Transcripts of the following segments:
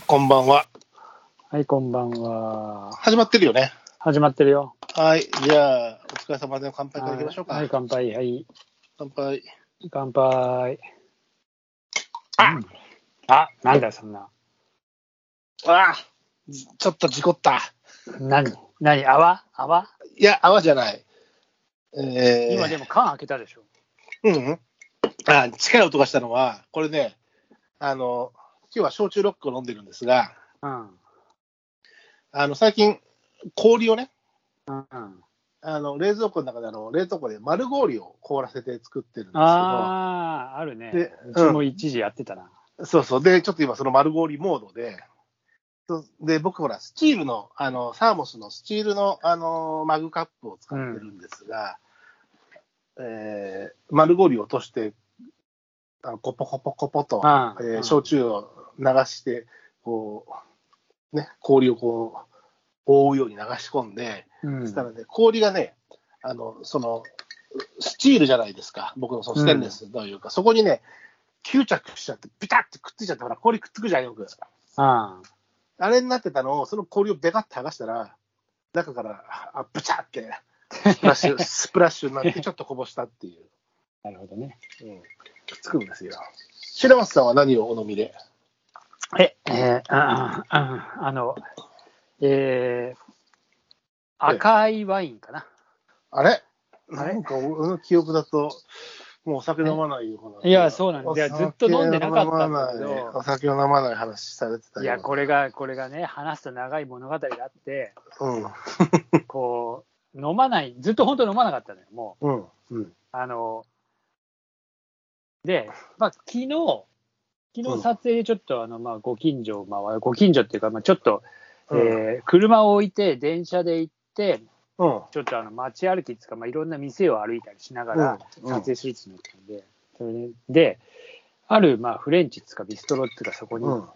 こんばんは。 はい、こんばんは。 始まってるよね。 始まってるよ。 はい。じゃあ、お疲れ様での乾杯からいきましょうか。 はい、乾杯。はい。 乾杯。 乾杯。 あ、 なんだよ、そんな。 ちょっと事故った。 泡いや、泡じゃない。 今でも缶開けたでしょ。 近い音がしたのは、これね、今日は焼酎ロックを飲んでるんですが、最近、氷をね、冷蔵庫の中で冷凍庫で丸氷を凍らせて作ってるんですけど。 あるね。うちも一時やってたな。 そうそう。で、ちょっと今その丸氷モードで、僕ほら、スチールの、サーモスのスチールの、マグカップを使ってるんですが、丸氷を落として、コポコポコポと、焼酎を流して、こう、ね、氷をこう、覆うように流し込んで、そしたらね、氷がね、スチールじゃないですか、僕のそのステンレスというか、そこにね、吸着しちゃって、ビタッてくっついちゃって、ほら、氷くっつくじゃん、よく。あれになってたのを、その氷をベカッて剥がしたら、中からブチャって、スプラッシュになって、ちょっとこぼしたっていう。 なるほどね。 くっつくんですよ。白松さんは何をお飲みで？ 赤いワインかな。 あれなんか俺の記憶だと、もうお酒飲まないような。 いや、そうなんです。ずっと飲んでなかったんだけど。 お酒を飲まない話されてたよ。 いや、これがね、話すと長い物語があって、こう、飲まない、ずっと本当に飲まなかったのよ、もう。で、昨日撮影でちょっと、ご近所っていうか、ちょっと、車を置いて、電車で行って、ちょっと街歩きっていうか、いろんな店を歩いたりしながら撮影するっていうのったんで、それで、ある、フレンチっていうか、ビストロっていうか、そこに行って、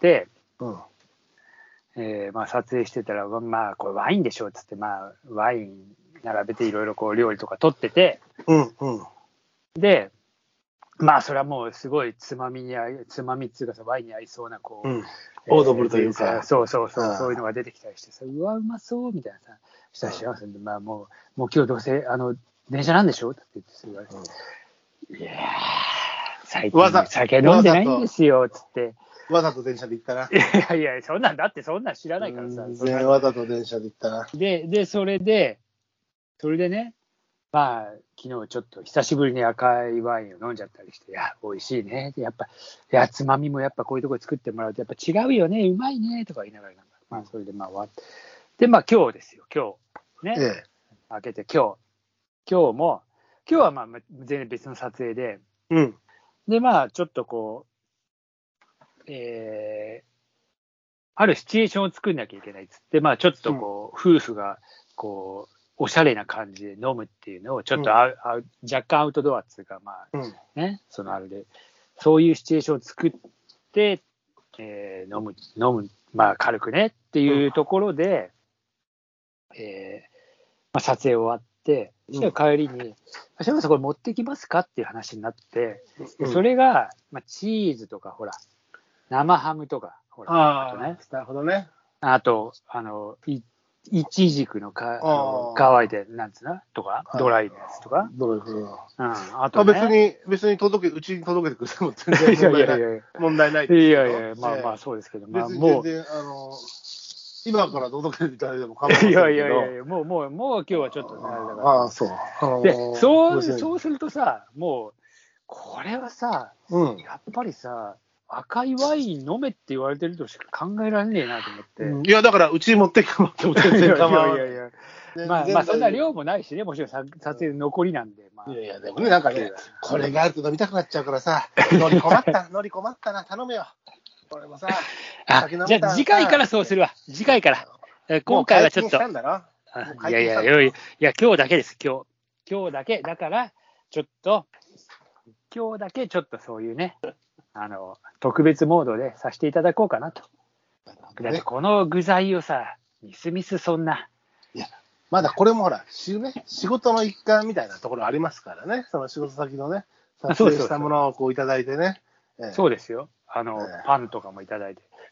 撮影してたら、これワインでしょっつって、ワイン並べていろいろこう料理とか撮ってて、で、それはもうすごいつまみっていうかさ、ワインに合いそうな、こう、 オードブルというか。 そういうのが出てきたりしてさ、うわ、うまそうみたいなさ、したら幸せで、もう今日どうせ、電車なんでしょって言って言われて、いやー、最近酒飲んでないんですよ、つって。 わざと電車で行ったな。 いや、そんなん知らないからさ。 わざと電車で行ったな。 で、それでね、昨日ちょっと久しぶりに赤いワインを飲んじゃったりして、いや、美味しいね。やっぱ、つまみもやっぱこういうところで作ってもらうと、やっぱ違うよね、うまいね、とか言いながら、それで終わって。で、今日ですよ、今日。ね。開けて今日は全然別の撮影で、で、ちょっとこう、あるシチュエーションを作んなきゃいけないっつって、ちょっとこう、夫婦が、こう、おしゃれな感じで飲むっていうのを、ちょっと若干アウトドアっていうか、そのあれで、そういうシチュエーションを作って、飲む、軽くねっていうところで、撮影終わって、そしたら帰りに、白松さんこれ持ってきますかっていう話になって、それが、チーズとか、ほら、生ハムとか、ほら、あとね。 なるほどね。 あと、イチジクの乾いて、なんつうのとか、ドライのやつとか。 あとね。別にうちに届けてくれても全然問題ないですけど。 いや、そうですけど、 別に全然、今から届けていただいても構いませんけど。いや、もう今日はちょっとね、あれだから。 で、 そうするとさ、もう、これはさ、やっぱりさ、赤いワイン飲めって言われてるとしか考えられねえなと思って。 いや、だから、うちに持ってきても全然構わない。 そんな量もないしね、もちろん撮影残りなんで。 いや、でもね、なんかね、これがあると飲みたくなっちゃうからさ、乗り困ったな、頼むよ。これもさ、 じゃあ次回からそうするわ。次回から。今回はちょっと。いや、今日だけです、今日だけ。だから、今日だけちょっとそういうね、特別モードでさせていただこうかなと。だってこの具材をさ、みすみすそんな。 いや、まだこれもほら、仕事の一環みたいなところありますからね。その仕事先のね、撮影したものをこういただいてね。 そうですよ。パンとかもいただいて。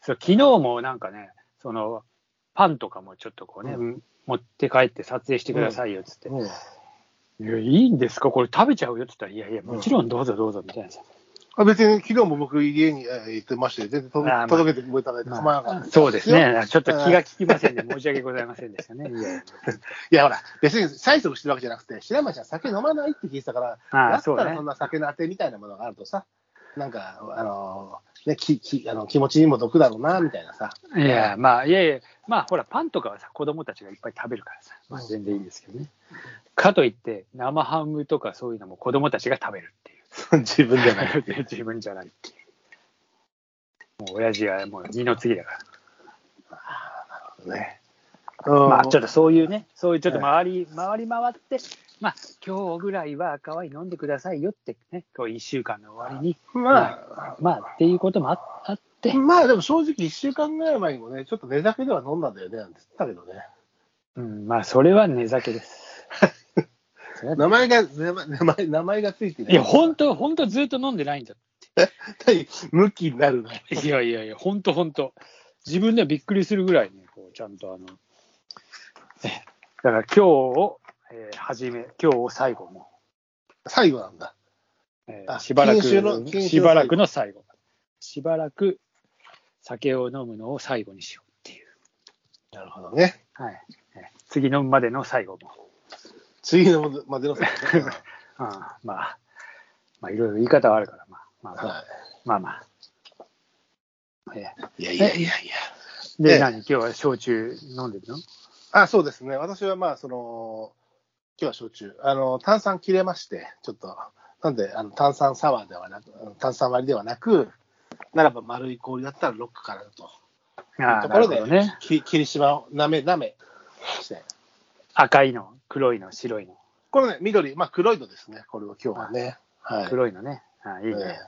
そう昨日もなんかね、そのパンとかもちょっとこうね、持って帰って撮影してくださいよっつって、いや、いいんですか、これ食べちゃうよって言ったら、いやいや、もちろんどうぞどうぞみたいなさ。 別に昨日も僕、家に行ってまして、全然届けていただいて構わなかった。 そうですね、ちょっと気が利きませんで、申し訳ございませんでしたね。 いや、ほら、別に催促してるわけじゃなくて、白松ちゃん、酒飲まないって聞いてたから、だったらそんな酒のあてみたいなものがあるとさ、なんか、ね、気持ちにも毒だろうな、みたいなさ。 いや、まあ、ほら、パンとかはさ、子供たちがいっぱい食べるからさ、まあ、全然いいんですけどね。かといって、生ハムとかそういうのも子供たちが食べるっていう。 自分じゃない。 自分じゃないっていう。もう、親父はもう二の次だから。 なるほどね。 まあ、ちょっとそういうね、そういうちょっと回り回って、まあ、今日ぐらいは赤ワイン飲んでくださいよってね、こう1週間の終わりに、まあ、っていうこともあって。 まあ、でも正直1週間ぐらい前にもね、ちょっと寝酒では飲んだんだよね、なんて言ったけどね。 まあ、それは寝酒です。 名前がついてる。 いや、本当ずっと飲んでないんだって。 向きになるな。 いや、本当。自分ではびっくりするぐらいね、こうちゃんとだから今日を最後も。 最後なんだ。 しばらくの最後。しばらく酒を飲むのを最後にしようっていう。 なるほどね。 はい。次飲むまでの最後も。 次のまでの最後。 まあ、いろいろ言い方はあるから、まあ。 いや。 で、今日は焼酎飲んでるの？ そうですね。私は今日は焼酎。炭酸切れまして、ちょっと、なんで、炭酸サワーではなく、炭酸割りではなく、ならば丸い氷だったらロックからだと。ところで、ね、霧島をなめして。 赤いの、黒いの、白いの。 これね、緑、黒いのですね。これを今日はね。はい、 黒いのね。いいね。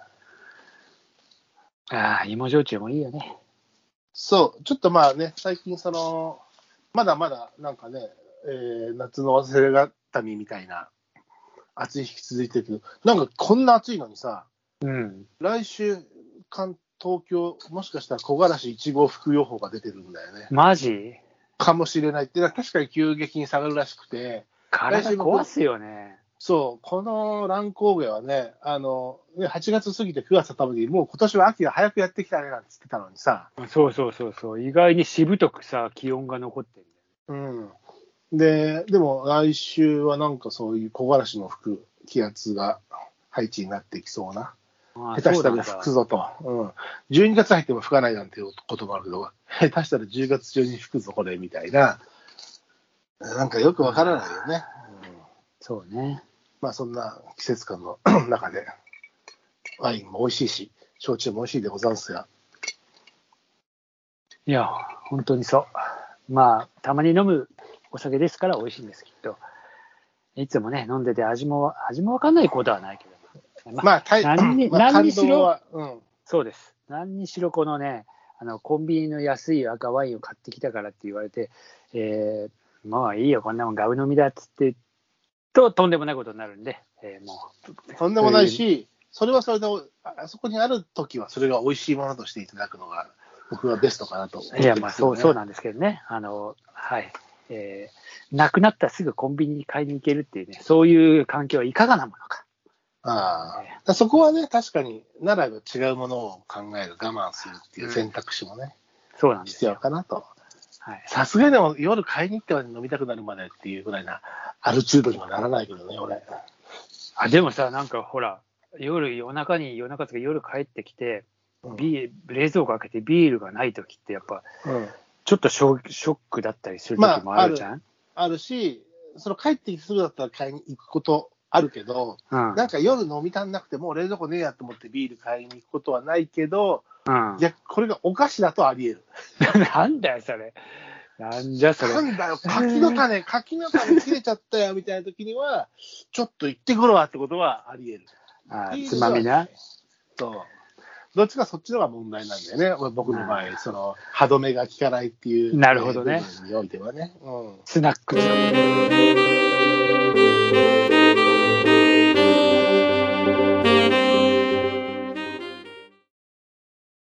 芋焼酎もいいよね。 そう、ちょっとまあね、最近まだまだなんかね、夏の忘れがたみみたいな暑い日続いてるけど、なんかこんな暑いのにさ、来週東京、もしかしたら木枯らし1号吹く予報が出てるんだよね。 マジ？ かもしれないって、確かに急激に下がるらしくて。 体壊すよね。 そう、この乱高下はね、8月過ぎて9月たぶに、もう今年は秋が早くやってきたねなんて言ってたのにさ。 そう。意外にしぶとくさ、気温が残ってるんだよね。でも来週はなんかそういう木枯らしの吹く気圧が配置になってきそうな。下手したら吹くぞと。12月入っても吹かないなんていうこともあるけど、下手したら10月中に吹くぞこれみたいな。なんかよくわからないよね。 そうね。 まあそんな季節感の中で、ワインも美味しいし、焼酎も美味しいでござんすが。 いや、本当にそう。まあ、たまに飲むお酒ですから美味しいんですけど、いつもね、飲んでて味もわかんないことはないけど。何にしろ、そうです。何にしろこのね、コンビニの安い赤ワインを買ってきたからって言われて、もういいよ、こんなもんガブ飲みだっつってとんでもないことになるんで、もうとんでもないし、それはそれであそこにあるときはそれが美味しいものとしていただくのが僕はベストかなと思ってます、ね。 いや、まあそうなんですけどね。はい。なくなったらすぐコンビニに買いに行けるっていうね、そういう環境はいかがなものか。 そこはね、確かに、ならば違うものを考える、我慢するっていう選択肢もね、 そうなんです必要かなと。さすがにでも夜買いに行っては飲みたくなるまでっていうぐらいな、アル中毒にはならないけどね、俺。 でもさ、なんかほら、夜とか夜帰ってきて、冷蔵庫開けてビールがないときってやっぱ、ちょっとショックだったりするときもあるじゃん、 あるし、帰ってきてすぐだったら買いに行くことあるけど、なんか夜飲み足んなくてもう冷蔵庫ねえやと思ってビール買いに行くことはないけど、これがお菓子だとあり得る。なんだよそれ。なんじゃそれ。 なんだよ、柿の種切れちゃったよみたいな時には、ちょっと行ってくるわってことはあり得る。 つまみな。 そう。どっちかそっちのが問題なんだよね。僕の場合、歯止めが効かないっていう。 なるほどね。 部分においてはね。 スナック。